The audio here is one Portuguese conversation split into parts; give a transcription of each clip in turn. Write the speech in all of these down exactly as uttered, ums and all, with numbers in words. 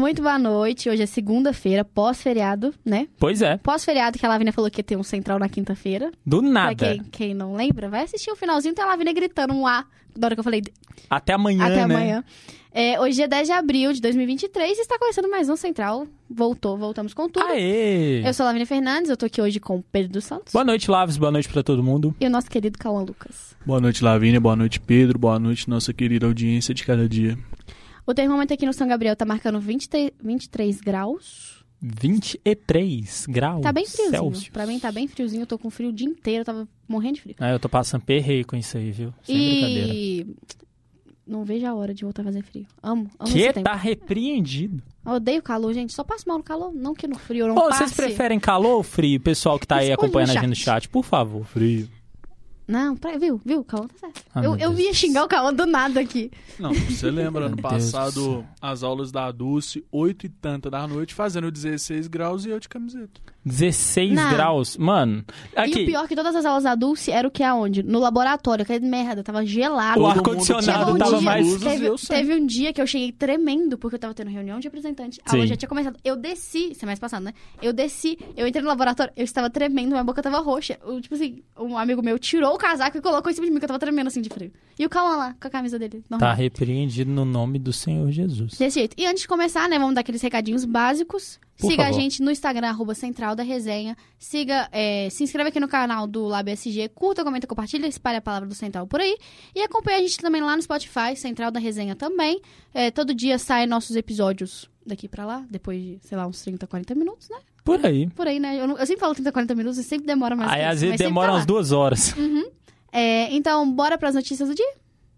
Muito boa noite. Hoje é segunda-feira, pós-feriado, né? Pois é. Pós-feriado, que a Lavínia falou que ia ter um central na quinta-feira. Do nada. Pra quem, quem não lembra, vai assistir o finalzinho, tem a Lavínia gritando um A, da hora que eu falei... Até amanhã, Até né? amanhã. É, hoje é dez de abril de dois mil e vinte e três e está começando mais um Central. Voltou, voltamos com tudo. Aê! Eu sou a Lavínia Fernandes, eu tô aqui hoje com o Pedro dos Santos. Boa noite, Laves. Boa noite pra todo mundo. E o nosso querido Cauã Lucas. Boa noite, Lavínia. Boa noite, Pedro. Boa noite, nossa querida audiência de cada dia. O termômetro aqui no São Gabriel tá marcando vinte, vinte e três graus. vinte e três graus Tá bem friozinho. Celsius. Pra mim tá bem friozinho, eu tô com frio o dia inteiro, eu tava morrendo de frio. É, eu tô passando perreio com isso aí, viu? Sem brincadeira. E não vejo a hora de voltar a fazer frio. Amo, amo Que esse tempo. tá repreendido. Eu odeio calor, gente. Só passo mal no calor, não que no frio eu não Ô, passe. vocês preferem calor ou frio? Pessoal que tá aí Responde acompanhando no a gente no chat, por favor. Frio. Não, pra... viu? Viu? O Cauã tá certo. Ah, eu meu eu Deus. ia xingar o Cauã do nada aqui. Não, você lembra ano Meu Deus do passado céu. as aulas da Dulce, oito e tanta da noite, fazendo dezesseis graus e eu de camiseta. dezesseis Não. graus. Mano, aqui. E o pior é que todas as aulas da Dulce era o que aonde? No laboratório, que merda, tava gelado. O Todo ar-condicionado mundo tava tinha mais- luzes e Teve, eu sem. teve um dia que eu cheguei tremendo, porque eu tava tendo reunião de representante. A Sim. aula já tinha começado. Eu desci, semana passada, né? Eu desci, eu entrei no laboratório, eu estava tremendo, minha boca tava roxa. Eu, tipo assim, um amigo meu tirou o casaco e colocou em cima de mim, que eu tava tremendo assim de frio. E o Cauã lá, com a camisa dele, normal. Tá repreendido no nome do Senhor Jesus. Desse jeito. E antes de começar, né, vamos dar aqueles recadinhos básicos. Por Siga favor. a gente no Instagram, arroba Central da Resenha. Siga, é, se inscreve aqui no canal do Lab S G. Curta, comenta, compartilha, espalha a palavra do Central por aí. E acompanha a gente também lá no Spotify, Central da Resenha também. É, todo dia saem nossos episódios daqui pra lá, depois de, sei lá, uns trinta, quarenta minutos, né? Por aí. Por aí, né? Eu, não- eu sempre falo trinta, quarenta minutos e sempre demora mais. Aí que às isso, vezes mas sempre demora tá lá. umas duas horas. É, então, bora pras notícias do dia?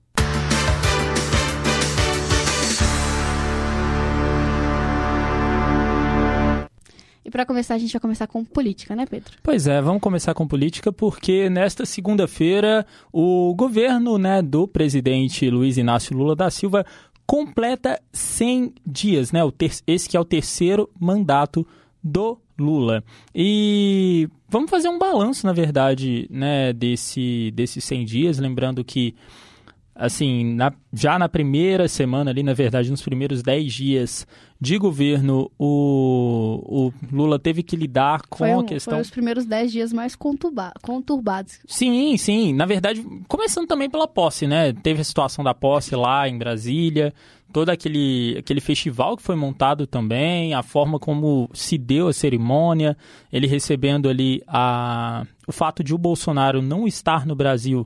E pra começar, a gente vai começar com política, né, Pedro? Pois é, vamos começar com política, porque nesta segunda-feira o governo, né, do presidente Luiz Inácio Lula da Silva completa cem dias, né? O ter- esse que é o terceiro mandato do Lula. E vamos fazer um balanço, na verdade, né, desse, desses cem dias, lembrando que assim, na- já na primeira semana ali, na verdade, nos primeiros dez dias de governo, o, o Lula teve que lidar com Foi, a um- questão... foi os primeiros dez dias mais conturba- conturbados. Sim, sim. Na verdade, começando também pela posse, né? Teve a situação da posse lá em Brasília, todo aquele, aquele festival que foi montado também, a forma como se deu a cerimônia, ele recebendo ali a, o fato de o Bolsonaro não estar no Brasil,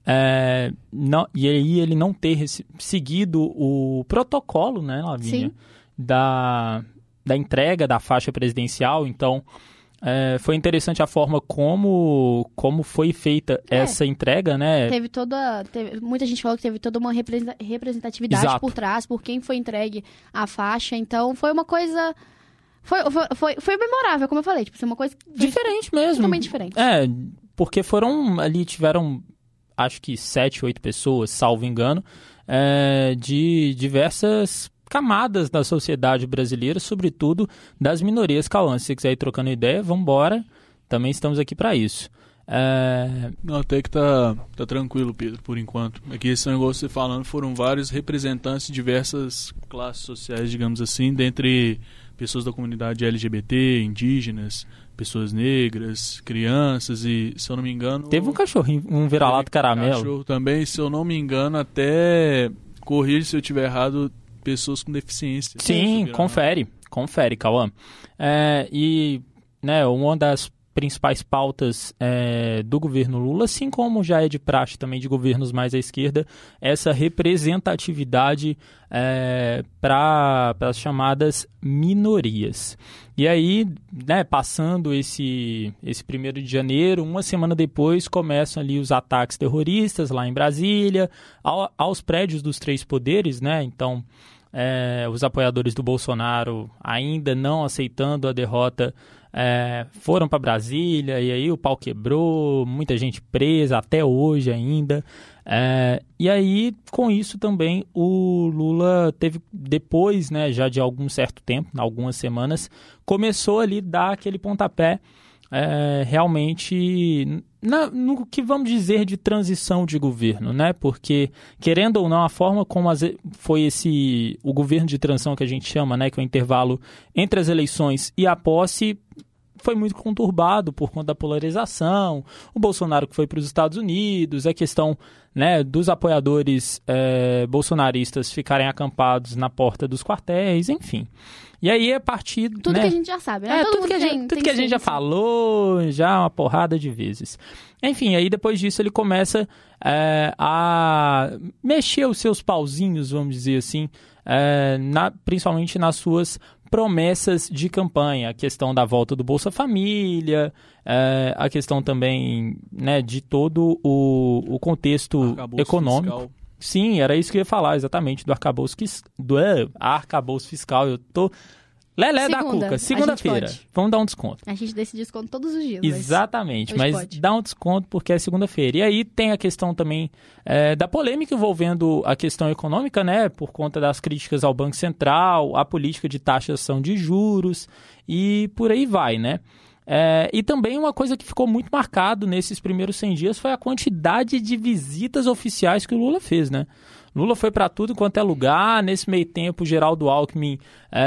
é, não, e aí ele não ter rece- seguido o protocolo, né, Lavínia? Sim. Da, da entrega da faixa presidencial. Então, é, foi interessante a forma como, como foi feita É. essa entrega, né? Teve toda. teve- muita gente falou que teve toda uma representa- representatividade Exato. por trás, por quem foi entregue a faixa. Então, foi uma coisa. Foi, foi, foi, foi memorável, como eu falei. Tipo, foi uma coisa. Diferente mesmo. Totalmente diferente. É, porque foram ali, tiveram acho que sete, oito pessoas, salvo engano, é, de diversas camadas da sociedade brasileira, sobretudo das minorias. Cauã, se você quiser ir trocando ideia, vamos embora. Também estamos aqui para isso. É, Não, até que tá, tá tranquilo, Pedro, por enquanto. Aqui esse negócio que você falando foram vários representantes de diversas classes sociais, digamos assim, dentre pessoas da comunidade L G B T, indígenas, pessoas negras, crianças e, se eu não me engano... teve um cachorrinho, um vira-lata caramelo. Cachorro também, se eu não me engano, até, corrija se eu estiver errado, pessoas com deficiência. Sim, Isso, confere, confere, Cauã. É, e né, uma das principais pautas é, do governo Lula, assim como já é de praxe também de governos mais à esquerda, essa representatividade é, para as chamadas minorias. E aí, né, passando esse, esse primeiro de janeiro, uma semana depois, começam ali os ataques terroristas lá em Brasília, ao, aos prédios dos três poderes, né? Então, é, os apoiadores do Bolsonaro, ainda não aceitando a derrota, é, foram para Brasília e aí o pau quebrou, muita gente presa até hoje ainda. É, e aí, com isso também, o Lula teve, depois, né, já de algum certo tempo, algumas semanas, começou ali a dar aquele pontapé é, realmente na, no que vamos dizer de transição de governo, né? Porque, querendo ou não, a forma como as, foi esse o governo de transição que a gente chama, né? Que é o intervalo entre as eleições e a posse, foi muito conturbado por conta da polarização, o Bolsonaro que foi para os Estados Unidos, a questão, né, dos apoiadores é, bolsonaristas ficarem acampados na porta dos quartéis, enfim. E aí, a partir... Tudo, né, que a gente já sabe, né? É, Todo tudo mundo que a gente, tem, tudo tem que a gente já falou, já uma porrada de vezes. Enfim, aí depois disso ele começa é, a mexer os seus pauzinhos, vamos dizer assim, é, na, principalmente nas suas promessas de campanha, a questão da volta do Bolsa Família, é, a questão também, né, de todo o, o contexto arcabouço econômico. Fiscal. Sim, era isso que eu ia falar, exatamente, do arcabouço, do, é, arcabouço fiscal. Eu tô... Lelé Segunda, da Cuca, segunda-feira. Vamos dar um desconto. A gente dá esse desconto todos os dias. Exatamente, mas, mas pode. dá um desconto porque é segunda-feira. E aí tem a questão também é, da polêmica envolvendo a questão econômica, né? Por conta das críticas ao Banco Central, a política de taxação de juros e por aí vai, né? É, e também uma coisa que ficou muito marcado nesses primeiros cem dias foi a quantidade de visitas oficiais que o Lula fez, né? Lula foi para tudo quanto é lugar. Nesse meio tempo, Geraldo Alckmin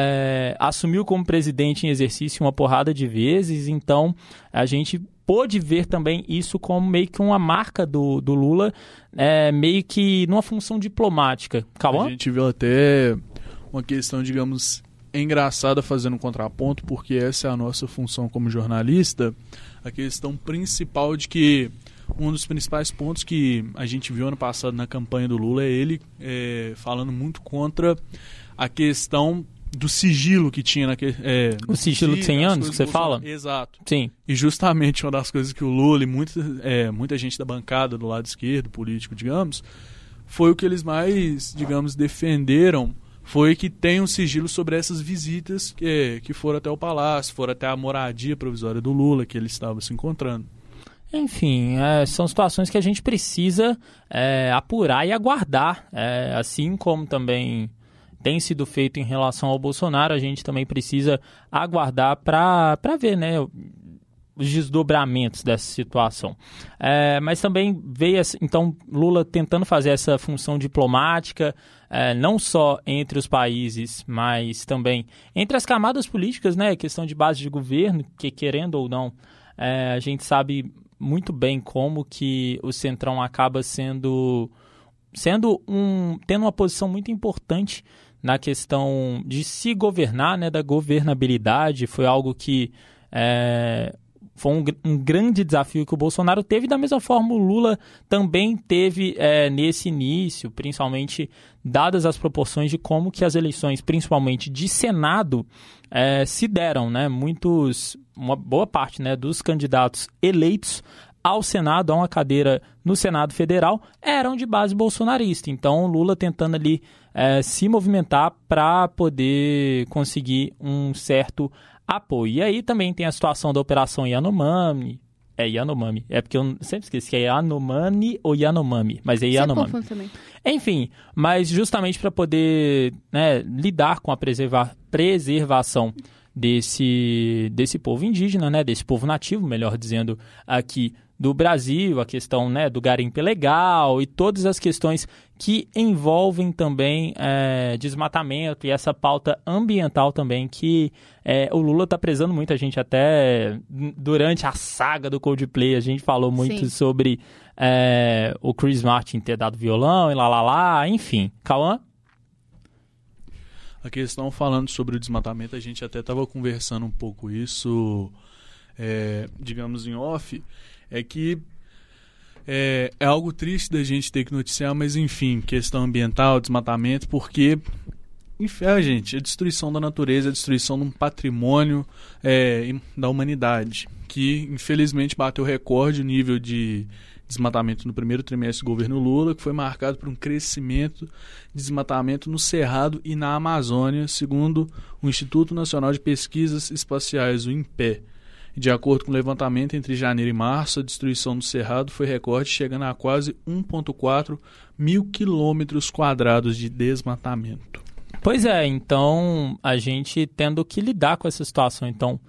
é, assumiu como presidente em exercício uma porrada de vezes. Então, a gente pôde ver também isso como meio que uma marca do, do Lula, é, meio que numa função diplomática. Cauã? A gente viu até uma questão, digamos, engraçada fazendo um contraponto, porque essa é a nossa função como jornalista. A questão principal de que um dos principais pontos que a gente viu ano passado na campanha do Lula é ele é, falando muito contra a questão do sigilo que tinha naquele... É, o sigilo de cem anos que você fala? Exato. Sim. E justamente uma das coisas que o Lula e muita, é, muita gente da bancada do lado esquerdo, político, digamos, foi o que eles mais, digamos, defenderam, foi que tem um sigilo sobre essas visitas que, que foram até o Palácio, foram até a moradia provisória do Lula, que ele estava se encontrando. Enfim, é, são situações que a gente precisa é, apurar e aguardar, é, assim como também tem sido feito em relação ao Bolsonaro, a gente também precisa aguardar para ver, né, os desdobramentos dessa situação. É, mas também veio, então, Lula tentando fazer essa função diplomática, é, não só entre os países, mas também entre as camadas políticas, né, questão de base de governo, que querendo ou não, é, a gente sabe muito bem como que o Centrão acaba sendo, sendo um, tendo uma posição muito importante na questão de se governar, né, da governabilidade. Foi algo que é, foi um, um grande desafio que o Bolsonaro teve, da mesma forma o Lula também teve é, nesse início, principalmente dadas as proporções de como que as eleições, principalmente de Senado, é, se deram, né? Muitos, uma boa parte, né, dos candidatos eleitos ao Senado, a uma cadeira no Senado Federal, eram de base bolsonarista. Então, Lula tentando ali é, se movimentar para poder conseguir um certo apoio. E aí também tem a situação da Operação Yanomami. É Yanomami. É porque eu sempre esqueci que é Yanomami ou Yanomami. Mas é Yanomami. Também. Enfim, mas justamente para poder, né, lidar com a preserva- preservação desse, desse povo indígena, né, desse povo nativo, melhor dizendo, aqui do Brasil, a questão, né, do garimpo ilegal e todas as questões que envolvem também é, desmatamento e essa pauta ambiental também que é, o Lula está prezando muito. A gente até, durante a saga do Coldplay, a gente falou muito Sim. sobre é, o Chris Martin ter dado violão e lá, lá, lá, enfim. Cauã? A questão falando sobre o desmatamento, a gente até estava conversando um pouco isso, é, digamos, em off, é que é, é algo triste da gente ter que noticiar, mas enfim, questão ambiental, desmatamento, porque, enfim, é, gente, a destruição da natureza, a destruição de um patrimônio é, da humanidade, que infelizmente bateu recorde o nível de desmatamento no primeiro trimestre do governo Lula, que foi marcado por um crescimento de desmatamento no Cerrado e na Amazônia, segundo o Instituto Nacional de Pesquisas Espaciais, o INPE. De acordo com o levantamento, entre janeiro e março, a destruição do Cerrado foi recorde, chegando a quase um vírgula quatro mil quilômetros quadrados de desmatamento. Pois é, então a gente tendo que lidar com essa situação. Então,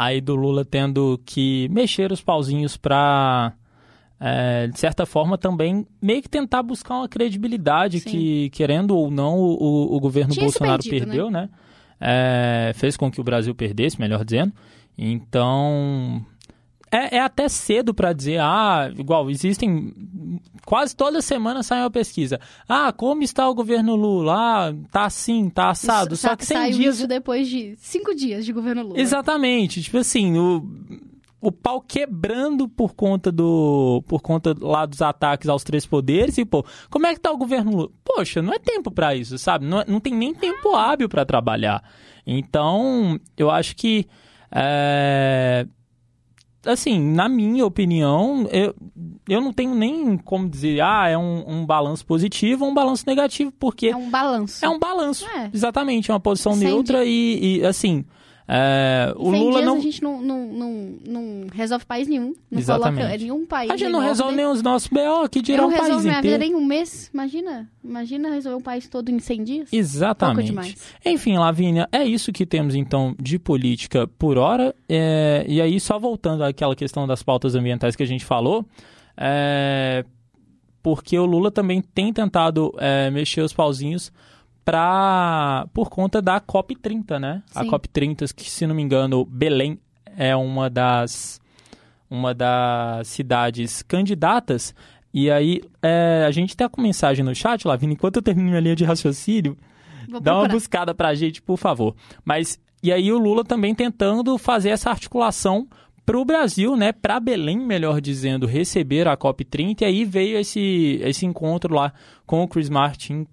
aí do Lula tendo que mexer os pauzinhos para, é, de certa forma, também meio que tentar buscar uma credibilidade Sim. que, querendo ou não, o, o governo Tinha se Bolsonaro perdido, perdeu, né? né? É, fez com que o Brasil perdesse, melhor dizendo. Então... É, é até cedo para dizer, ah, igual, existem, quase toda semana sai uma pesquisa. Ah, como está o governo Lula? Ah, tá assim, tá assado. Isso, Só que cem saiu dias... isso depois de cinco dias de governo Lula. Exatamente, tipo assim, o, o pau quebrando por conta do, por conta lá dos ataques aos três poderes e, pô, como é que tá o governo Lula? Poxa, não é tempo para isso, sabe? Não, não tem nem tempo hábil para trabalhar. Então, eu acho que... É... Assim, na minha opinião, eu, eu não tenho nem como dizer, ah, é um, um balanço positivo ou um balanço negativo, porque... É um balanço. É um balanço, É. exatamente, é uma posição Sem neutra e, e, assim, é, o Sem Lula dias não... a gente não, não, não, não resolve país nenhum. Não Exatamente. coloca nenhum país A gente em não resolve ordem. nem os nossos B O, que dirá Eu um não país resolvo minha vida inteiro. nem um mês. Imagina. Imagina resolver um país todo em cem dias. Pouco Exatamente. demais. Enfim, Lavínia, é isso que temos então de política por hora. É, e aí, só voltando àquela questão das pautas ambientais que a gente falou, é, porque o Lula também tem tentado é, mexer os pauzinhos pra, por conta da COP trinta, né? Sim. A COP trinta, que se não me engano, Belém é uma das, uma das cidades candidatas. E aí, é, a gente tá com mensagem no chat, Lavínia, enquanto eu termino minha linha de raciocínio, Vou dá uma procurar. buscada pra gente, por favor. Mas, e aí o Lula também tentando fazer essa articulação pro Brasil, né, pra Belém, melhor dizendo, receber a COP trinta, e aí veio esse, esse encontro lá com o Chris Martin.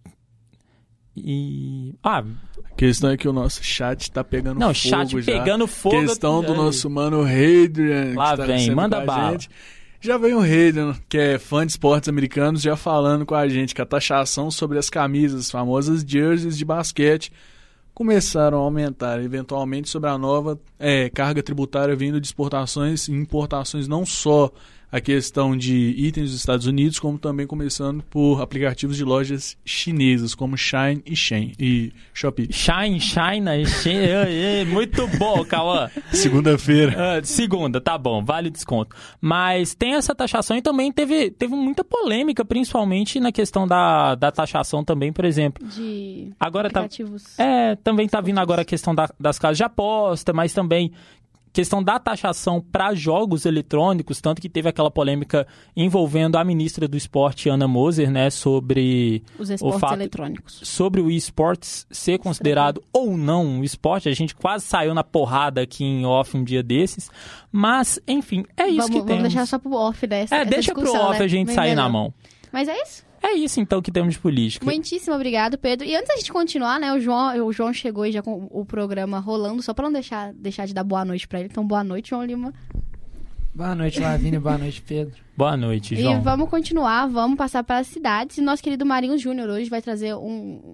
E... Ah, A questão é que o nosso chat tá pegando não, fogo chat já. pegando fogo. Questão do Ai. nosso mano Hadrian. Lá que tá vem, sempre manda com a bala. gente. Já veio o Hadrian, que é fã de esportes americanos, já falando com a gente que a taxação sobre as camisas, as famosas jerseys de basquete, começaram a aumentar, eventualmente sobre a nova é, carga tributária vindo de exportações e importações, não só a questão de itens dos Estados Unidos, como também começando por aplicativos de lojas chinesas, como Shine e Shein e Shopee. Shine, China, Shine, muito bom, Cauã. Segunda-feira. Ah, segunda, tá bom, vale desconto. Mas tem essa taxação e também teve, teve muita polêmica, principalmente na questão da, da taxação também, por exemplo. De Agora tá, aplicativos. é, também tá vindo agora a questão da, das casas de aposta, mas também questão da taxação para jogos eletrônicos, tanto que teve aquela polêmica envolvendo a ministra do esporte, Ana Moser, né, sobre Os esportes o fato, eletrônicos. sobre o esportes ser considerado ou não um esporte. A gente quase saiu na porrada aqui em off um dia desses, mas, enfim, é isso vamos, que vamos temos. deixar só pro off dessa É, essa deixa pro discussão, off né? a gente Bem sair na melhor. mão. Mas é isso. É isso, então, que temos de política. Muitíssimo obrigado, Pedro. E antes da gente continuar, né, o João, o João chegou e já com o programa rolando, só pra não deixar, deixar de dar boa noite pra ele. Então, boa noite, João Lima. Boa noite, Lavínia. Boa noite, Pedro. Boa noite, João. E vamos continuar, vamos passar para as cidades. E nosso querido Marinho Júnior hoje vai trazer um...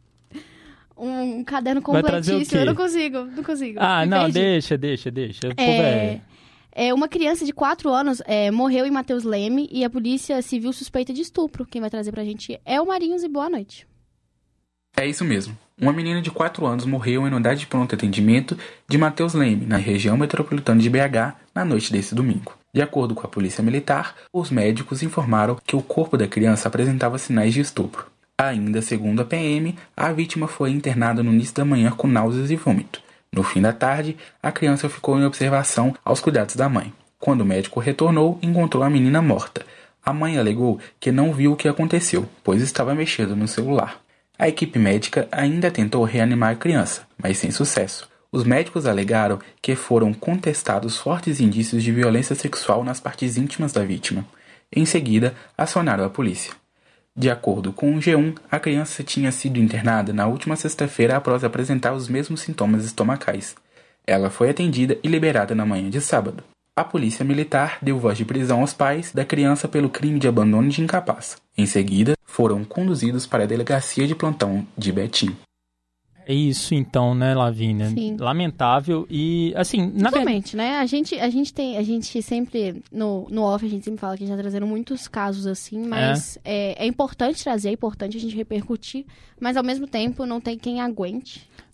Um caderno Vai trazer o completíssimo. quê? Eu não consigo, não consigo. Ah, Me não, perdi. deixa, deixa, deixa. O povo É... é... É, uma criança de quatro anos é, morreu em Mateus Leme e a polícia civil suspeita de estupro. Quem vai trazer pra gente é o Marinhos e boa noite. É isso mesmo. Uma menina de quatro anos morreu em unidade de pronto atendimento de Mateus Leme, na região metropolitana de B H, na noite desse domingo. De acordo com a polícia militar, os médicos informaram que o corpo da criança apresentava sinais de estupro. Ainda segundo a P M, a vítima foi internada no início da manhã com náuseas e vômito. No fim da tarde, a criança ficou em observação aos cuidados da mãe. Quando o médico retornou, encontrou a menina morta. A mãe alegou que não viu o que aconteceu, pois estava mexendo no celular. A equipe médica ainda tentou reanimar a criança, mas sem sucesso. Os médicos alegaram que foram contestados fortes indícios de violência sexual nas partes íntimas da vítima. Em seguida, acionaram a polícia. De acordo com o G um, a criança tinha sido internada na última sexta-feira após apresentar os mesmos sintomas estomacais. Ela foi atendida e liberada na manhã de sábado. A polícia militar deu voz de prisão aos pais da criança pelo crime de abandono de incapaz. Em seguida, foram conduzidos para a delegacia de plantão de Betim. É isso então, né, Lavínia? Sim. Lamentável e, assim, na verdade... Realmente, né? A gente, a gente tem, a gente sempre, no, no off, a gente sempre fala que a gente tá trazendo muitos casos assim, mas é, é importante trazer, é importante a gente repercutir, mas ao mesmo tempo não tem quem aguente.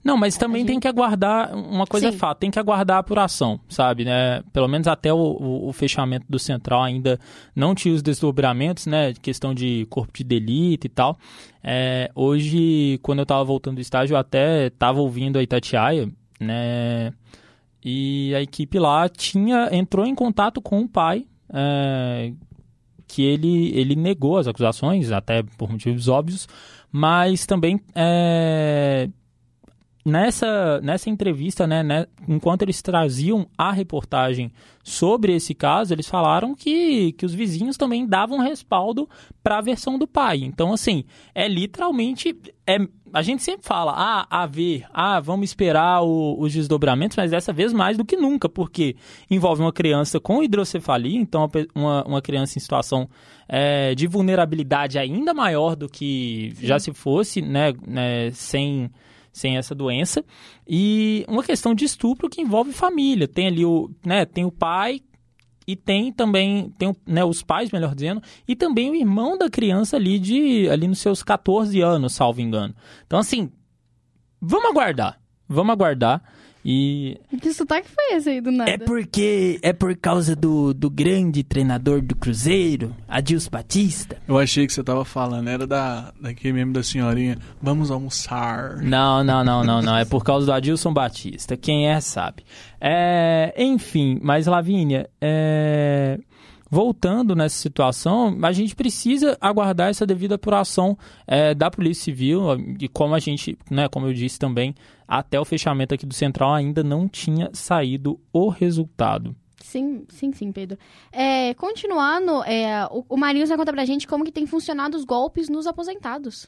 Não, mas também gente... tem que aguardar, uma coisa Sim. é fato, tem que aguardar a apuração, sabe, né? Pelo menos até o, o, o fechamento do Central ainda não tinha os desdobramentos, né? Questão de corpo de delito e tal. É, hoje, quando eu tava voltando do estágio, eu até tava ouvindo a Itatiaia, né? E a equipe lá tinha, entrou em contato com o pai, é, que ele, ele negou as acusações, até por motivos óbvios, mas também... É, Nessa, nessa entrevista, né, né, enquanto eles traziam a reportagem sobre esse caso, eles falaram que, que os vizinhos também davam respaldo para a versão do pai. Então, assim, é literalmente... É, a gente sempre fala, ah, a ver, ah, vamos esperar o, os desdobramentos, mas dessa vez mais do que nunca, porque envolve uma criança com hidrocefalia, então uma, uma criança em situação é, de vulnerabilidade ainda maior do que Sim. já se fosse, né, né sem... sem essa doença, e uma questão de estupro que envolve família. Tem ali o, né, tem o pai e tem também, tem, né, os pais, melhor dizendo, e também o irmão da criança ali, de, ali nos seus catorze anos, salvo engano. Então, assim, vamos aguardar, vamos aguardar. E... Que sotaque foi esse aí do nada? É porque é por causa do, do grande treinador do Cruzeiro, Adilson Batista. Eu achei que você tava falando, era da, daquele mesmo da senhorinha, vamos almoçar. Não, não, não, não, não, é por causa do Adilson Batista, quem é sabe. É, enfim, mas Lavínia, é... voltando nessa situação, a gente precisa aguardar essa devida apuração é, da Polícia Civil, e como a gente, né, como eu disse também, até o fechamento aqui do Central ainda não tinha saído o resultado. Sim, sim, sim, Pedro. É, continuando, é, o, o Marinhos vai contar pra gente como que tem funcionado os golpes nos aposentados.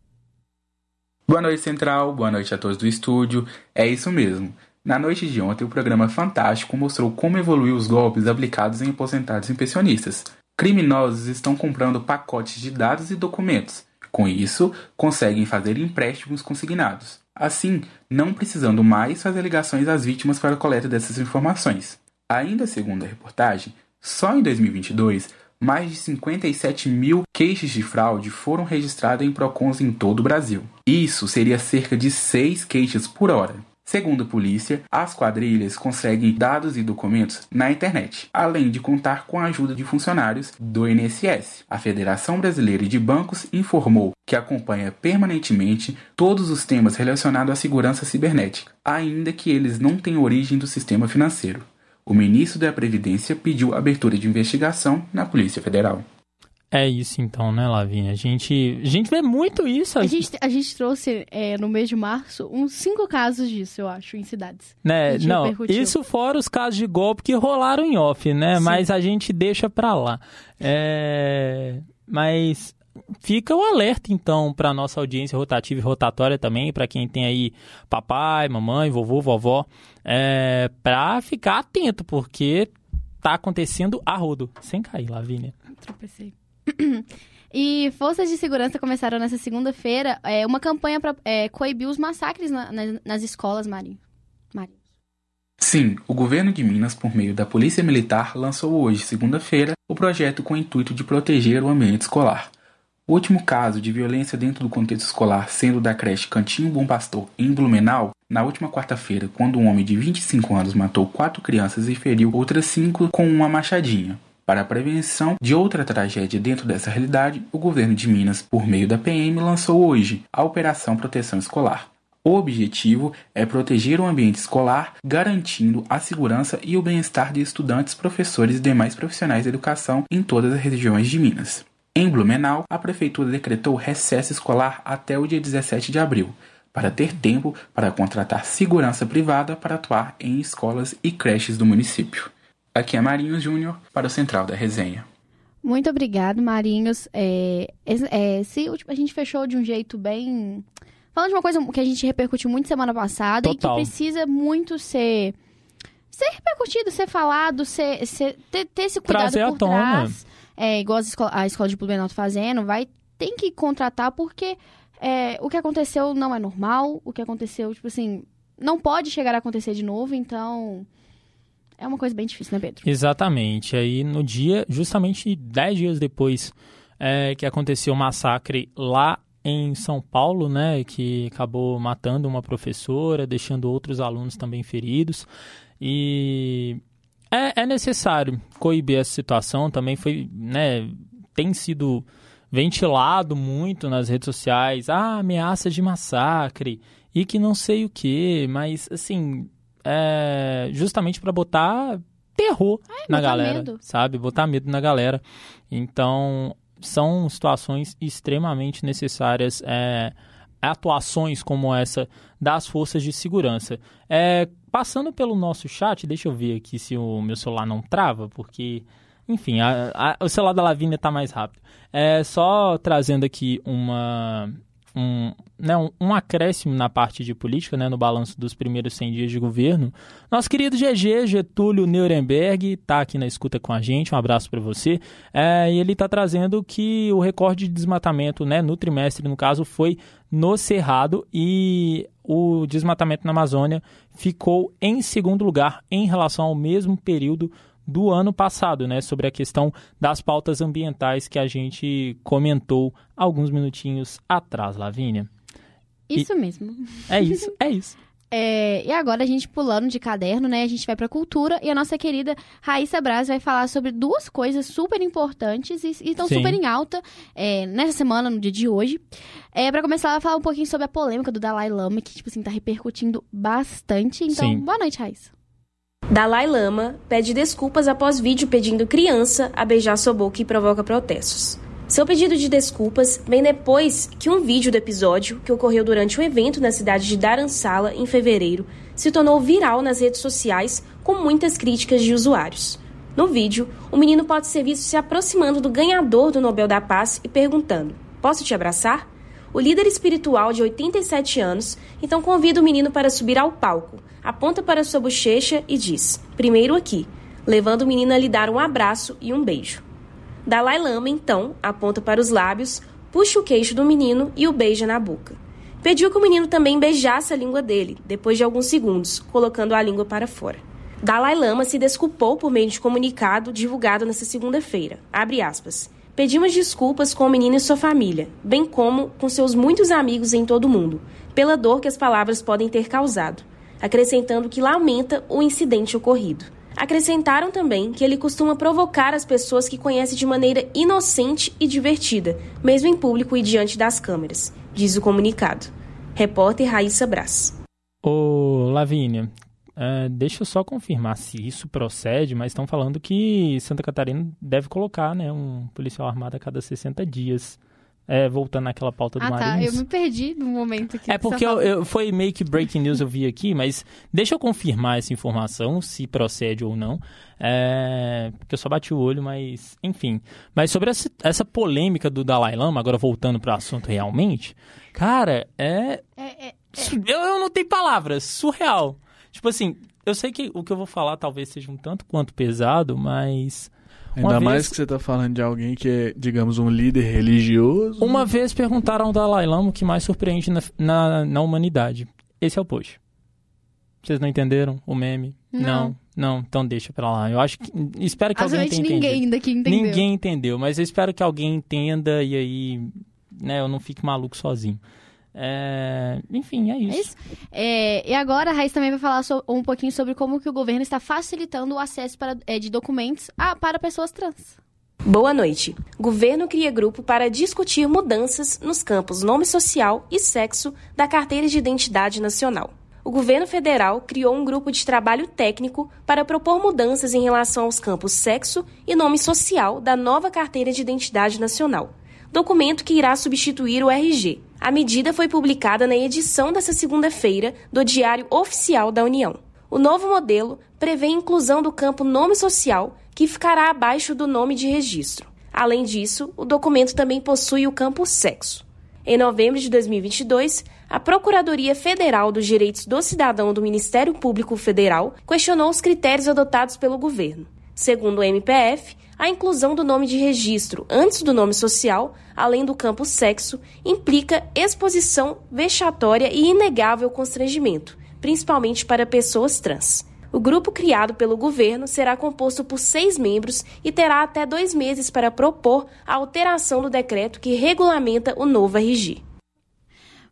Boa noite, Central. Boa noite a todos do estúdio. É isso mesmo. Na noite de ontem, o programa Fantástico mostrou como evoluiu os golpes aplicados em aposentados e pensionistas. Criminosos estão comprando pacotes de dados e documentos. Com isso, conseguem fazer empréstimos consignados. Assim, não precisando mais fazer ligações às vítimas para a coleta dessas informações. Ainda segundo a reportagem, só em dois mil e vinte e dois, mais de cinquenta e sete mil queixas de fraude foram registradas em Procons em todo o Brasil. Isso seria cerca de seis queixas por hora. Segundo a polícia, as quadrilhas conseguem dados e documentos na internet, além de contar com a ajuda de funcionários do I N S S. A Federação Brasileira de Bancos informou que acompanha permanentemente todos os temas relacionados à segurança cibernética, ainda que eles não tenham origem do sistema financeiro. O ministro da Previdência pediu abertura de investigação na Polícia Federal. É isso então, né, Lavínia? A gente, a gente vê muito isso. A gente, a gente trouxe, é, no mês de março, uns cinco casos disso, eu acho, em cidades. Né? Não, isso fora os casos de golpe que rolaram em off, né? Sim. Mas a gente deixa pra lá. É... Mas fica o alerta, então, pra nossa audiência rotativa e rotatória também, pra quem tem aí papai, mamãe, vovô, vovó, é... pra ficar atento, porque tá acontecendo a rodo. Sem cair, Lavínia. Tropecei. E forças de segurança começaram nessa segunda-feira é, uma campanha para é, coibir os massacres na, na, nas escolas, Marinho. Marinho. Sim, o governo de Minas, por meio da Polícia Militar, lançou hoje, segunda-feira, o projeto com o intuito de proteger o ambiente escolar. O último caso de violência dentro do contexto escolar, sendo da creche Cantinho Bom Pastor, em Blumenau, na última quarta-feira, quando um homem de vinte e cinco anos matou quatro crianças e feriu outras cinco com uma machadinha. Para a prevenção de outra tragédia dentro dessa realidade, o governo de Minas, por meio da P M, lançou hoje a Operação Proteção Escolar. O objetivo é proteger o ambiente escolar, garantindo a segurança e o bem-estar de estudantes, professores e demais profissionais da educação em todas as regiões de Minas. Em Blumenau, a prefeitura decretou recesso escolar até o dia dezessete de abril, para ter tempo para contratar segurança privada para atuar em escolas e creches do município. Aqui é Marinhos Júnior para o Central da Resenha. Muito obrigado, Marinhos. É, é, se a gente fechou de um jeito bem... Falando de uma coisa que a gente repercutiu muito semana passada. Total. E que precisa muito ser, ser repercutido, ser falado, ser, ser, ter, ter esse cuidado Trazer por trás. É, igual a escola, a escola de Blumenau tá fazendo, vai, tem que contratar porque é, o que aconteceu não é normal. O que aconteceu, tipo assim, não pode chegar a acontecer de novo, então... É uma coisa bem difícil, né, Pedro? Exatamente. Aí no dia, justamente dez dias depois é, que aconteceu o massacre lá em São Paulo, né, que acabou matando uma professora, deixando outros alunos também feridos. E é, é necessário coibir essa situação. Também foi, né, tem sido ventilado muito nas redes sociais, ah, ameaças de massacre e que não sei o que, mas assim, é justamente para botar terror Ai, na galera, medo. sabe? Botar medo na galera. Então, são situações extremamente necessárias, é, atuações como essa das forças de segurança. É, passando pelo nosso chat, deixa eu ver aqui se o meu celular não trava, porque, enfim, a, a, o celular da Lavínia está mais rápido. É, só trazendo aqui uma... Um, né, um, um acréscimo na parte de política, né, no balanço dos primeiros cem dias de governo. Nosso querido G G, Getúlio Nuremberg, está aqui na escuta com a gente, um abraço para você. É, e ele está trazendo que o recorde de desmatamento, né, no trimestre, no caso, foi no Cerrado, e o desmatamento na Amazônia ficou em segundo lugar em relação ao mesmo período do ano passado, né, sobre a questão das pautas ambientais que a gente comentou alguns minutinhos atrás, Lavínia. Isso e... mesmo. É isso, é isso. É, e agora a gente pulando de caderno, né, a gente vai pra cultura e a nossa querida Raíssa Braz vai falar sobre duas coisas super importantes e estão super em alta é, nessa semana, no dia de hoje. É, pra começar, ela vai falar um pouquinho sobre a polêmica do Dalai Lama, que, tipo assim, tá repercutindo bastante. Então, Sim. boa noite, Raíssa. Dalai Lama pede desculpas após vídeo pedindo criança a beijar sua boca e provoca protestos. Seu pedido de desculpas vem depois que um vídeo do episódio, que ocorreu durante um evento na cidade de Dharamsala em fevereiro, se tornou viral nas redes sociais com muitas críticas de usuários. No vídeo, o menino pode ser visto se aproximando do ganhador do Nobel da Paz e perguntando: "Posso te abraçar?" O líder espiritual de oitenta e sete anos então convida o menino para subir ao palco, aponta para sua bochecha e diz: "Primeiro aqui", levando o menino a lhe dar um abraço e um beijo. Dalai Lama, então, aponta para os lábios, puxa o queixo do menino e o beija na boca. Pediu que o menino também beijasse a língua dele, depois de alguns segundos, colocando a língua para fora. Dalai Lama se desculpou por meio de comunicado divulgado nesta segunda-feira. Abre aspas. "Pedimos desculpas com o menino e sua família, bem como com seus muitos amigos em todo o mundo, pela dor que as palavras podem ter causado", acrescentando que lamenta o incidente ocorrido. Acrescentaram também que ele costuma provocar as pessoas que conhece de maneira inocente e divertida, mesmo em público e diante das câmeras, diz o comunicado. Repórter Raíssa Braz. Ô, Lavínia, uh, deixa eu só confirmar se isso procede, mas estão falando que Santa Catarina deve colocar, né, um policial armado a cada sessenta dias. É, voltando naquela pauta do ah, Marins. Ah, tá. Eu me perdi no momento que É porque eu, eu, foi meio que breaking news eu vi aqui, mas deixa eu confirmar essa informação, se procede ou não. É, porque eu só bati o olho, mas enfim. Mas sobre essa, essa polêmica do Dalai Lama, agora voltando para o assunto realmente, cara, é... é, é, é. Eu, eu não tenho palavras, surreal. Tipo assim, eu sei que o que eu vou falar talvez seja um tanto quanto pesado, mas... Ainda Uma mais vez... que você tá falando de alguém que é, digamos, um líder religioso. Uma vez perguntaram ao Dalai Lama o que mais surpreende na, na, na humanidade. Esse é o post. Vocês não entenderam o meme? Não. Não, não. Então deixa pra lá. Eu acho que... Espero que alguém tenha entendido. ninguém daqui entendeu. Ninguém entendeu, mas eu espero que alguém entenda e aí, né, eu não fique maluco sozinho. É... Enfim, é isso. É isso? É, e agora a Raíssa também vai falar so, um pouquinho sobre como que o governo está facilitando o acesso para, é, de documentos a, para pessoas trans. Boa noite. Governo cria grupo para discutir mudanças nos campos nome social e sexo da Carteira de Identidade Nacional. O governo federal criou um grupo de trabalho técnico para propor mudanças em relação aos campos sexo e nome social da nova Carteira de Identidade Nacional, documento que irá substituir o R G. A medida foi publicada na edição desta segunda-feira do Diário Oficial da União. O novo modelo prevê a inclusão do campo nome social, que ficará abaixo do nome de registro. Além disso, o documento também possui o campo sexo. Em novembro de dois mil e vinte e dois, a Procuradoria Federal dos Direitos do Cidadão do Ministério Público Federal questionou os critérios adotados pelo governo. Segundo o M P F, a inclusão do nome de registro antes do nome social, além do campo sexo, implica exposição vexatória e inegável constrangimento, principalmente para pessoas trans. O grupo criado pelo governo será composto por seis membros e terá até dois meses para propor a alteração do decreto que regulamenta o novo R G.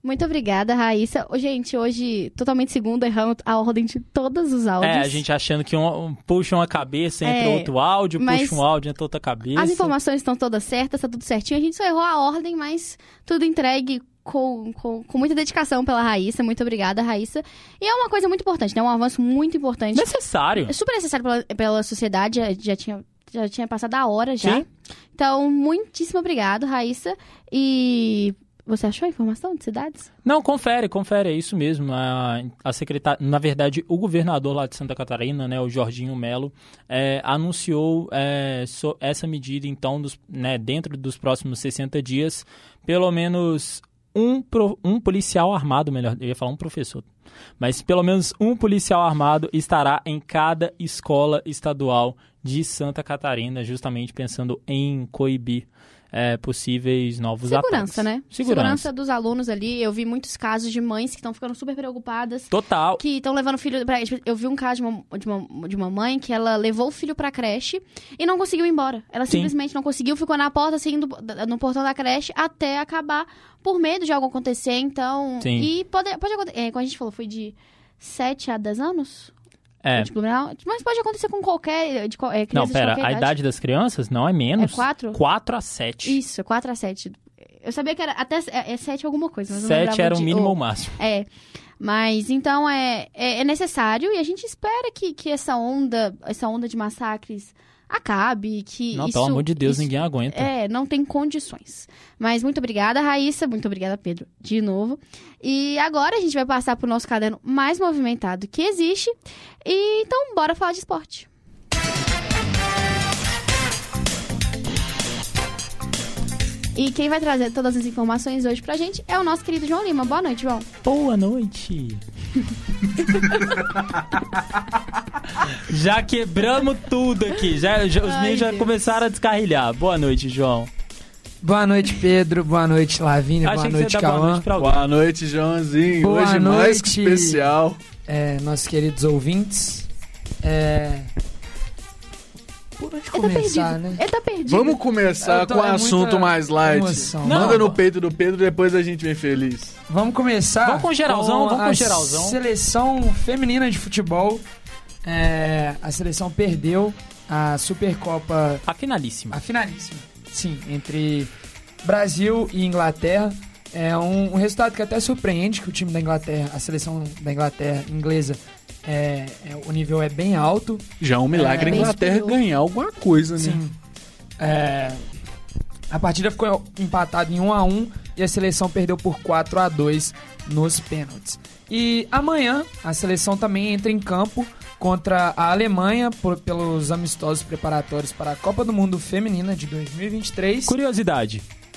Muito obrigada, Raíssa. Ô, gente, hoje, totalmente segundo, erramos a ordem de todos os áudios. É, a gente achando que um, um, puxa uma cabeça, entra É, outro áudio, mas puxa um áudio, entra outra cabeça. As informações estão todas certas, tá tudo certinho. A gente só errou a ordem, mas tudo entregue com, com, com muita dedicação pela Raíssa. Muito obrigada, Raíssa. E é uma coisa muito importante, né? Um avanço muito importante. Necessário. É super necessário pela, pela sociedade, já, já tinha... Já tinha passado a hora já. Sim. Então, muitíssimo obrigado, Raíssa. E você achou a informação de cidades? Não, confere, confere, é isso mesmo. A, a secretária, na verdade, o governador lá de Santa Catarina, né, o Jorginho Melo, é, anunciou é, so, essa medida, então, dos, né, dentro dos próximos sessenta dias, pelo menos um, pro, um policial armado, melhor, eu ia falar um professor, mas pelo menos um policial armado estará em cada escola estadual de Santa Catarina, justamente pensando em coibir é, possíveis novos Segurança, ataques. né? Segurança. Segurança dos alunos ali. Eu vi muitos casos de mães que estão ficando super preocupadas. Total. Que estão levando o filho pra... Eu vi um caso de uma, de, uma, de uma mãe que ela levou o filho pra creche e não conseguiu ir embora. Ela Sim. simplesmente não conseguiu, ficou na porta, assim, do, no portão da creche, até acabar por medo de algo acontecer. Então... Sim. E pode, pode acontecer... É, como a gente falou, foi de sete a dez anos? É. De Blumenau, mas pode acontecer com qualquer... De, é, Não, criança pera, de a qualquer idade das crianças não é menos. É quatro? quatro a sete. Isso, quatro a sete. Eu sabia que era até é, é sete alguma coisa. Mas eu não sete lembrava era o de- mínimo ou ou- o máximo. É, mas então é, é, é necessário e a gente espera que, que essa onda, essa onda de massacres acabe, que Não, isso... pelo amor de Deus, isso- ninguém aguenta. É, não tem condições. Mas muito obrigada, Raíssa. Muito obrigada, Pedro, de novo. E agora a gente vai passar pro nosso caderno mais movimentado que existe. E então, bora falar de esporte. E quem vai trazer todas as informações hoje pra gente é o nosso querido João Lima. Boa noite, João. Boa noite. Já quebramos tudo aqui. Já, já- os Ai, meninos já Deus. começaram a descarrilhar. Boa noite, João. Boa noite, Pedro. Boa noite, Lavínia. Achei Boa que noite, você ia dar boa Cauã. noite pra alguém. Boa noite, Joãozinho. Boa Hoje mais que noite. especial. É, nossos queridos ouvintes. É... Por onde Ele tá começar, perdido. né? Ele tá perdido. Vamos começar Eu tô- com o é muita assunto mais light. emoção. Manda Não. no peito do Pedro, depois a gente vem feliz. Vamos começar Vamos com geralzão, vamos com a geralzão. Seleção feminina de futebol. É, a seleção perdeu a Supercopa, A finalíssima. a finalíssima. Sim, entre Brasil e Inglaterra. É um, um resultado que até surpreende, que o time da Inglaterra, a seleção da Inglaterra inglesa, é, é, o nível é bem alto. Já é um milagre É, a Inglaterra bem superior. ganhar alguma coisa, né? Sim. É, a partida ficou empatada em um a um e a seleção perdeu por quatro a dois nos pênaltis. E amanhã a seleção também entra em campo contra a Alemanha por- pelos amistosos preparatórios para a Copa do Mundo Feminina de dois mil e vinte e três. Curiosidade.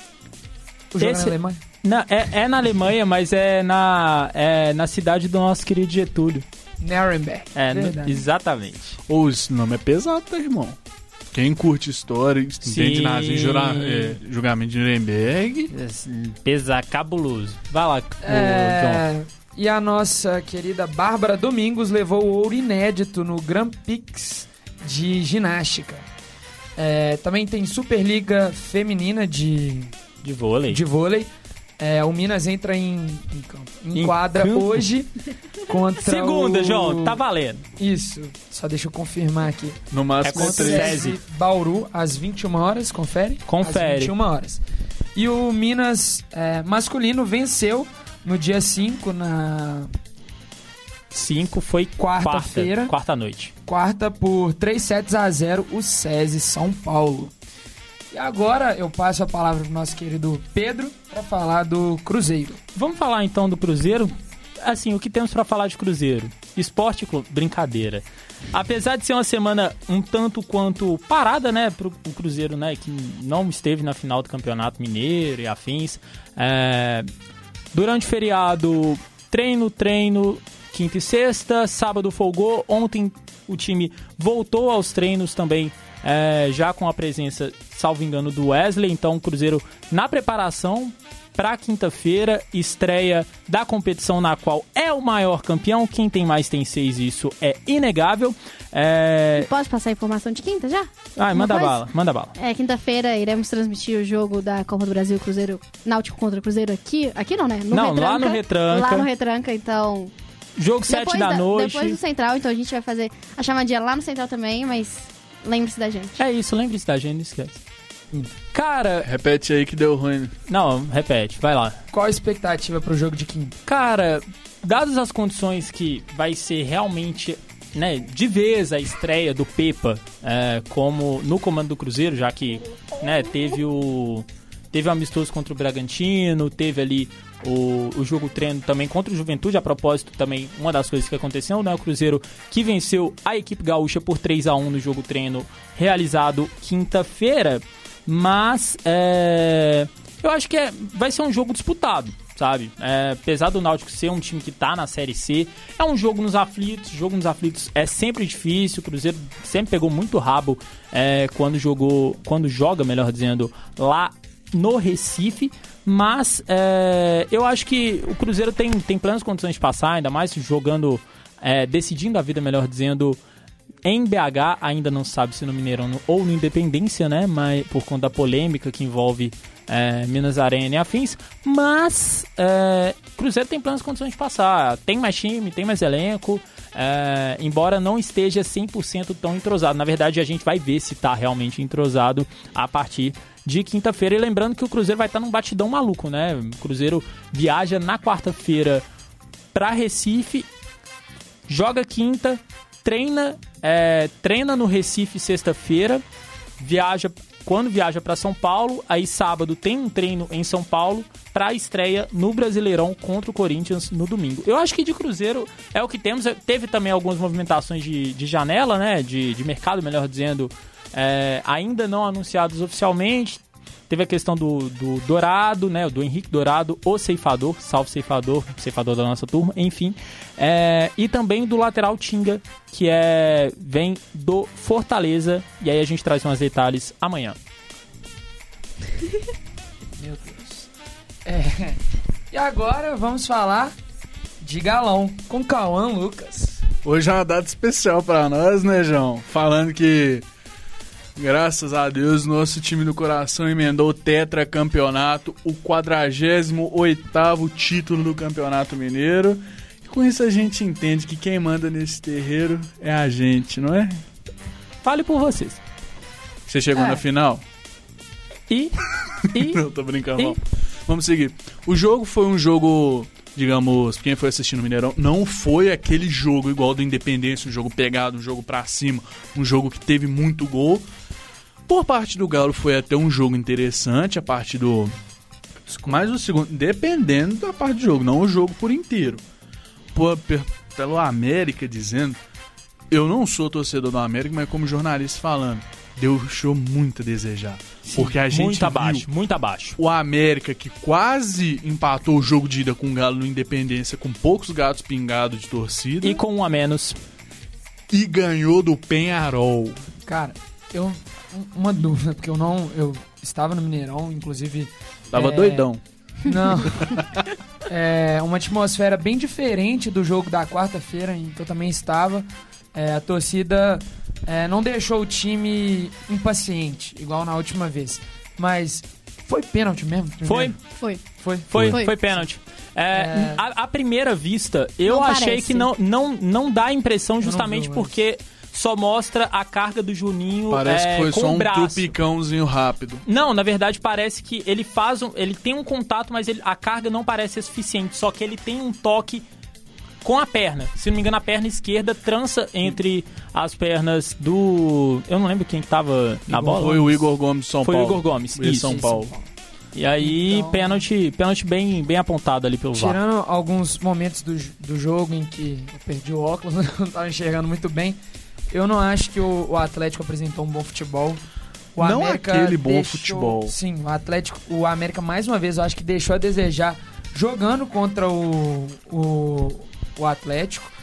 O jogo é esse- na Alemanha? Na- é, é na Alemanha, mas é na, é na cidade do nosso querido Getúlio. Nuremberg. É, no- Verdade. exatamente. Ô, esse nome é pesado, tá, irmão? Quem curte história, entende Sim. nazi, jura, é, julgamento de Nuremberg. Pesar cabuloso. Vai lá, ô, João. É, e a nossa querida Bárbara Domingos levou o ouro inédito no Grand Prix de ginástica. É, também tem Superliga Feminina de, De vôlei. de vôlei. É, o Minas entra em, em, campo- em Em quadra campo? hoje contra Segunda, o... João, tá valendo. Isso, só deixa eu confirmar aqui. No máximo É é contra o três. SESI. S Bauru, às vinte e uma horas, confere? Confere. Às vinte e uma horas. E o Minas é, masculino venceu no dia cinco, na cinco foi Quarta-feira. quarta, quarta noite. quarta, por três sets a zero, o SESI São Paulo. E agora eu passo a palavra pro nosso querido Pedro para falar do Cruzeiro. Vamos falar então do Cruzeiro? Assim, o que temos pra falar de Cruzeiro? Esporte, Clube, brincadeira. Apesar de ser uma semana um tanto quanto parada, né, pro o Cruzeiro, né, que não esteve na final do Campeonato Mineiro e afins. É, durante o feriado, treino, treino, quinta e sexta, sábado folgou. Ontem o time voltou aos treinos também, é, já com a presença, salvo engano, do Wesley. Então o Cruzeiro na preparação para quinta-feira, estreia da competição na qual é o maior campeão. Quem tem mais tem seis, isso é inegável. É... Pode passar a informação de quinta já? Ai, manda coisa? bala, manda bala. É, quinta-feira iremos transmitir o jogo da Copa do Brasil, Cruzeiro, Náutico contra o Cruzeiro aqui. Aqui não, né? No não, Retranca, lá no Retranca. Lá no Retranca, então... Jogo sete da noite. Depois do Central, então a gente vai fazer a chamadinha lá no Central também, mas lembre-se da gente. É isso, lembre-se da gente, não esquece. Hum. Cara... Repete aí que deu ruim. Não, repete, vai lá. Qual a expectativa pro jogo de quinta? Cara, dadas as condições que vai ser realmente, né, de vez a estreia do Pepa é, como no comando do Cruzeiro, já que, né, teve o... Teve o amistoso contra o Bragantino, teve ali o, o jogo treino também contra o Juventude. A propósito, também uma das coisas que aconteceu, né? O Cruzeiro que venceu a equipe gaúcha por três a um no jogo treino realizado quinta-feira. Mas é, eu acho que é, vai ser um jogo disputado, sabe? É, apesar do Náutico ser um time que tá na Série C, é um jogo nos aflitos. Jogo nos aflitos é sempre difícil. O Cruzeiro sempre pegou muito rabo é, quando jogou, quando joga, melhor dizendo, lá no Recife, mas é, eu acho que o Cruzeiro tem, tem plenas condições de passar, ainda mais jogando, é, decidindo a vida, melhor dizendo, em B H, ainda não sabe se no Mineirão ou no Independência, né, mas por conta da polêmica que envolve é, Minas Arena e afins, mas é, o Cruzeiro tem plenas condições de passar, tem mais time, tem mais elenco, é, embora não esteja cem por cento tão entrosado. Na verdade, a gente vai ver se está realmente entrosado a partir de quinta-feira. E lembrando que o Cruzeiro vai estar num batidão maluco, né? O Cruzeiro viaja na quarta-feira para Recife, joga quinta, treina, é, treina no Recife sexta-feira, viaja, quando viaja para São Paulo, aí sábado tem um treino em São Paulo para a estreia no Brasileirão contra o Corinthians no domingo. Eu acho que de Cruzeiro é o que temos. Teve também algumas movimentações de, de janela, né? De, de mercado, melhor dizendo, É, ainda não anunciados oficialmente. Teve a questão do, do Dourado, né, do Henrique Dourado, o ceifador, salve ceifador, ceifador da nossa turma, enfim. É, e também do lateral Tinga, que é, vem do Fortaleza. E aí a gente traz mais detalhes amanhã. Meu Deus. É, e agora vamos falar de Galão com Cauã Lucas. Hoje é uma data especial pra nós, né, João? Falando que, graças a Deus, nosso time do coração emendou o tetracampeonato, o quadragésimo oitavo título do Campeonato Mineiro. E com isso a gente entende que quem manda nesse terreiro é a gente, não é? Fale por vocês. Você chegou É. na final? E... e Não, tô brincando. e- Vamos. Vamos seguir. O jogo foi um jogo, digamos, quem foi assistir no Mineirão, não foi aquele jogo igual do Independência, um jogo pegado, um jogo pra cima, um jogo que teve muito gol. Por parte do Galo foi até um jogo interessante, a parte do... Mas o segundo, dependendo da parte do jogo, não o jogo por inteiro. Por, per- pelo América dizendo, eu não sou torcedor do América, mas como jornalista falando, deixou muito a desejar. Porque a gente muito viu abaixo, muito abaixo. o América, que quase empatou o jogo de ida com o Galo no Independência, com poucos gatos pingados de torcida, E e, com um a menos. e ganhou do Penharol. Cara, eu uma dúvida, porque eu não eu estava no Mineirão, inclusive Tava é, doidão. Não. É uma atmosfera bem diferente do jogo da quarta-feira em que eu também estava. É, a torcida é, não deixou o time impaciente, igual na última vez. Mas foi pênalti mesmo? Foi, Foi. Foi. foi, foi, Foi. pênalti. É, É. A, à primeira vista, eu Não achei parece. que não, não, não dá a impressão não justamente vi, mas- porque só mostra a carga do Juninho Parece é, que foi com só o um braço. tupicãozinho rápido. Não, na verdade parece que ele faz um, ele tem um contato, mas ele- a carga não parece ser suficiente, só que ele tem um toque com a perna. Se não me engano, a perna esquerda trança entre as pernas do... Eu não lembro quem que tava na bola. Foi o Igor Gomes de São Foi o Paulo. Igor Gomes, de isso. São Paulo. E aí, Então- pênalti, pênalti bem, bem apontado ali pelo V A R. Tirando alguns momentos do, do jogo em que eu perdi o óculos, não estava enxergando muito bem, eu não acho que o, o Atlético apresentou um bom futebol. O Não América aquele bom deixou- futebol. Sim, o Atlético, o América mais uma vez eu acho que deixou a desejar jogando contra o, o, o Atlético.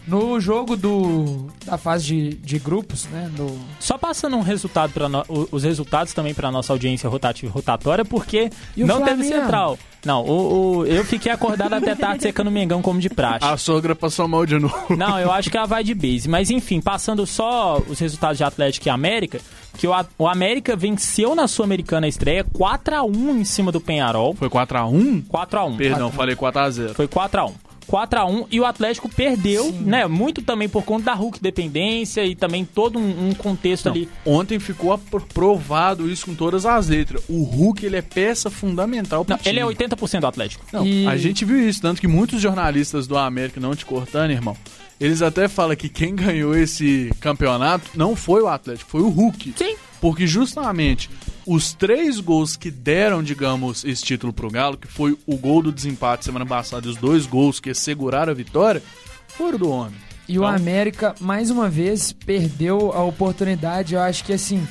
No jogo do, da fase de, de grupos, né? Do... Só passando um resultado para no... os resultados também para nossa audiência rotativa e rotatória, porque e não Flamengo? teve central. Não, o, o, eu fiquei acordado até tarde secando o Mengão como de praxe. A sogra passou mal de novo. Não, eu acho que ela vai de base. Mas enfim, passando só os resultados de Atlético e América, que o, o América venceu na Sul-Americana estreia quatro a um em cima do Peñarol. Foi quatro a um? quatro a um. Perdão, quatro a um. Falei quatro a zero. Foi quatro a um. quatro a um e o Atlético perdeu, Sim. né? Muito também por conta da Hulk dependência e também todo um, um contexto Não, ali. Ontem ficou provado isso com todas as letras. O Hulk, ele é peça fundamental pro Não, time. Ele é oitenta por cento do Atlético. Não, e... A gente viu isso, tanto que muitos jornalistas do América, não te cortando, irmão, eles até falam que quem ganhou esse campeonato não foi o Atlético, foi o Hulk. Sim. Porque justamente os três gols que deram, digamos, esse título pro Galo, que foi o gol do desempate semana passada e os dois gols que asseguraram a vitória, foram do homem. E então... o América, mais uma vez, perdeu a oportunidade. Eu acho que, assim,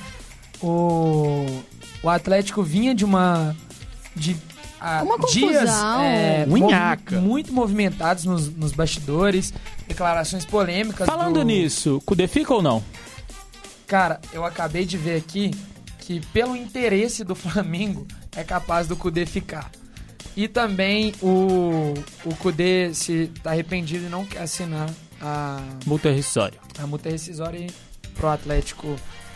o, o Atlético vinha de uma... De, a, uma dias é, movi- muito movimentados nos, nos bastidores, declarações polêmicas. Falando do... nisso, Cudê fica ou não? Cara, eu acabei de ver aqui que pelo interesse do Flamengo é capaz do Cudê ficar. E também o, o Cudê se tá arrependido e não quer assinar a multa rescisória. A multa rescisória pro Atlético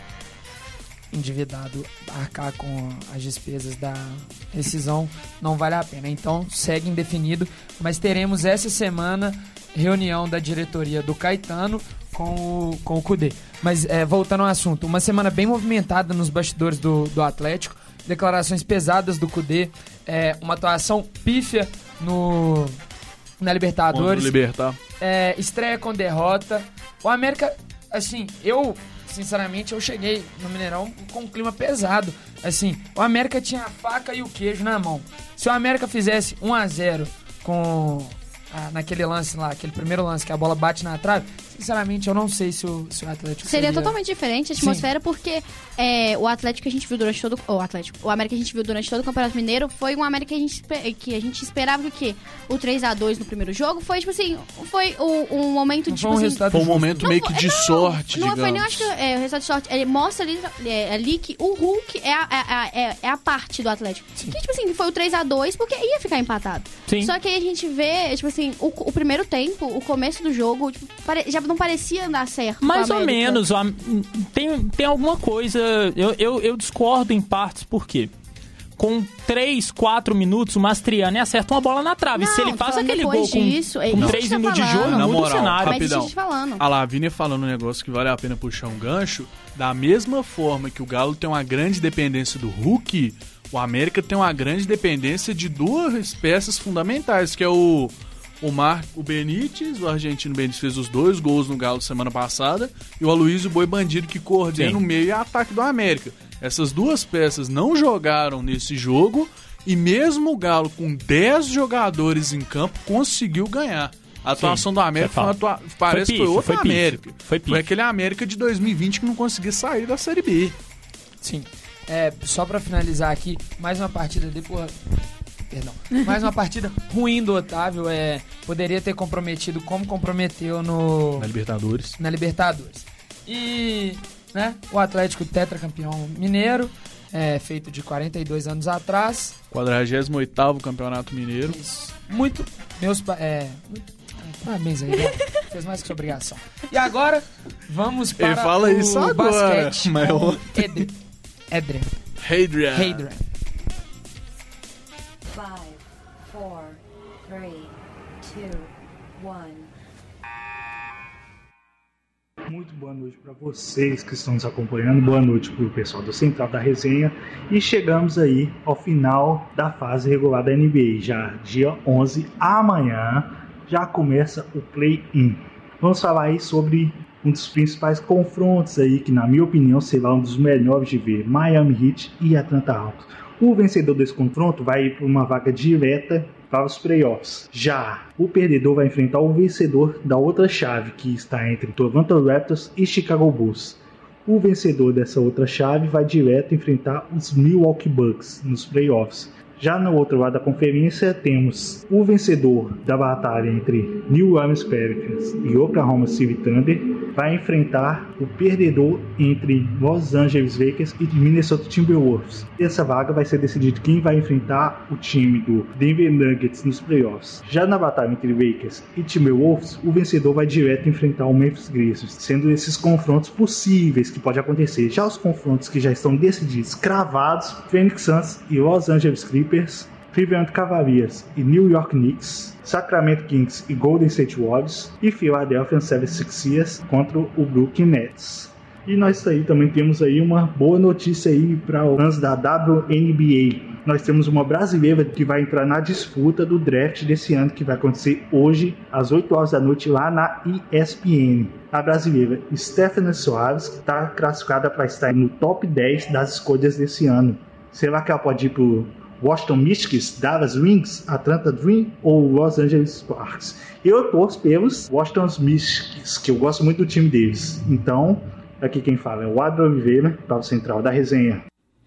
endividado arcar com as despesas da rescisão não vale a pena. Então segue indefinido, mas teremos essa semana reunião da diretoria do Caetano com o, com o Cudê. Mas é, voltando ao assunto, uma semana bem movimentada nos bastidores do, do Atlético, declarações pesadas do Cudê, é, uma atuação pífia no, na Libertadores. Libertar. É, estreia com derrota. O América, assim, eu, sinceramente, eu cheguei no Mineirão com um clima pesado. Assim, o América tinha a faca e o queijo na mão. Se o América fizesse um a zero com... Ah, naquele lance lá, aquele primeiro lance que a bola bate na trave, sinceramente eu não sei se o, se o Atlético seria... seria totalmente diferente a atmosfera. Sim. Porque é, o Atlético que a gente viu durante todo o Atlético, o América que a gente viu durante todo o Campeonato Mineiro foi um América que a gente, que a gente esperava que o quê? O três a dois no primeiro jogo foi, tipo assim, foi o, um momento de, tipo um assim... Foi um momento não, meio que de não, sorte, Não, digamos. foi nem, acho que é, o resultado de sorte. Ele mostra ali, é, ali que o Hulk é a, é, é, é a parte do Atlético. Sim. Que, tipo assim, foi o três a dois porque ia ficar empatado. Sim. Só que aí a gente vê, tipo assim, o, o primeiro tempo, o começo do jogo, tipo, pare... já não parecia andar certo. Mais ou menos. Ó, tem, tem alguma coisa... Eu, eu, eu discordo em partes, por quê? Com três, quatro minutos, o Mastriani acerta uma bola na trave. Não, Se ele faz aquele gol disso, com, com três minutos de jogo, na muda moral, o cenário. rapidão. Falando. A Lavínia falando um negócio que vale a pena puxar um gancho. Da mesma forma que o Galo tem uma grande dependência do Hulk, o América tem uma grande dependência de duas peças fundamentais, que é o... O Mar, o Benítez, o argentino Benítez fez os dois gols no Galo semana passada, e o Aloysio Boi Bandido, que coordena o meio e ataque do América. Essas duas peças não jogaram nesse jogo, e mesmo o Galo com dez jogadores em campo conseguiu ganhar. A atuação Sim, do América foi uma atua... parece que foi outra foi América. Foi, foi aquele América de dois mil e vinte que não conseguia sair da Série B. Sim. É, só pra finalizar aqui, mais uma partida depois... Perdão. Mais uma partida ruim do Otávio. É, poderia ter comprometido como comprometeu no... Na Libertadores. Na Libertadores. E, né, o Atlético tetracampeão mineiro, é, feito de quarenta e dois anos atrás. quadragésimo oitavo Campeonato Mineiro. Isso. Muito... Meus... É, muito, parabéns aí, né? Fez mais que sua obrigação. E agora, vamos para Ele fala o isso agora, basquete mas com eu... Edre. Edre. Hadrian. Hadrian. Five, four, three, two, one. Muito boa noite para vocês que estão nos acompanhando, boa noite para o pessoal do Central da Resenha, e chegamos aí ao final da fase regular da N B A, já dia onze, amanhã já começa o Play-In. Vamos falar aí sobre um dos principais confrontos aí, que na minha opinião será um dos melhores de ver, Miami Heat e Atlanta Hawks. O vencedor desse confronto vai ir para uma vaga direta para os playoffs. Já o perdedor vai enfrentar o vencedor da outra chave, que está entre Toronto Raptors e Chicago Bulls. O vencedor dessa outra chave vai direto enfrentar os Milwaukee Bucks nos playoffs. Já no outro lado da conferência, temos o vencedor da batalha entre New Orleans Pelicans e Oklahoma City Thunder vai enfrentar o perdedor entre Los Angeles Lakers e Minnesota Timberwolves. Essa vaga vai ser decidido quem vai enfrentar o time do Denver Nuggets nos playoffs. Já na batalha entre Lakers e Timberwolves, o vencedor vai direto enfrentar o Memphis Grizzlies, sendo esses confrontos possíveis que pode acontecer. Já os confrontos que já estão decididos, cravados, Phoenix Suns e Los Angeles Clippers, Cleveland Cavaliers e New York Knicks, Sacramento Kings e Golden State Warriors e Philadelphia seventy-sixers contra o Brooklyn Nets. E nós aí também temos aí uma boa notícia aí para os fãs da W N B A. Nós temos uma brasileira que vai entrar na disputa do draft desse ano, que vai acontecer hoje às oito horas da noite lá na E S P N. A brasileira Stephanie Soares está classificada para estar no top dez das escolhas desse ano. Será que ela pode ir para o Washington Mystics, Dallas Wings, Atlanta Dream ou Los Angeles Sparks? Eu torço pelos Washington Mystics, que eu gosto muito do time deles. Então, aqui quem fala é o Adro Oliveira, para o Central da Resenha.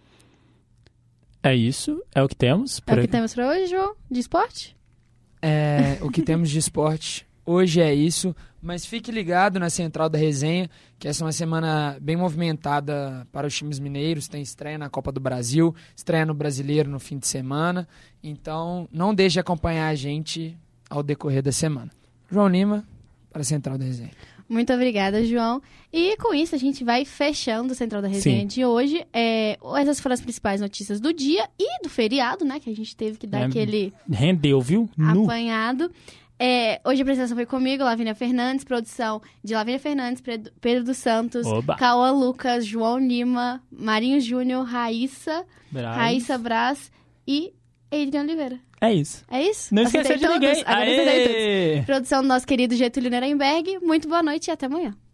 É isso, é o que temos. É o que temos para hoje, João, de esporte? É, o que temos de esporte hoje é isso, mas fique ligado na Central da Resenha, que essa é uma semana bem movimentada para os times mineiros, tem estreia na Copa do Brasil, estreia no Brasileiro no fim de semana, então não deixe de acompanhar a gente ao decorrer da semana. João Lima, para a Central da Resenha. Muito obrigada, João. E com isso a gente vai fechando o Central da Resenha Sim. de hoje. É, essas foram as principais notícias do dia e do feriado, né? Que a gente teve que dar é, aquele... Rendeu, viu? Apanhado. É, hoje a apresentação foi comigo, Lavínia Fernandes, produção de Lavínia Fernandes, Pedro dos Santos, Cauã Lucas, João Lima, Marinho Júnior, Raíssa, Braz. Raíssa Braz e Adriano Oliveira. É isso. É isso? Não esqueceu de ninguém. Agora todos. Produção do nosso querido Getúlio Nuremberg. Muito boa noite e até amanhã.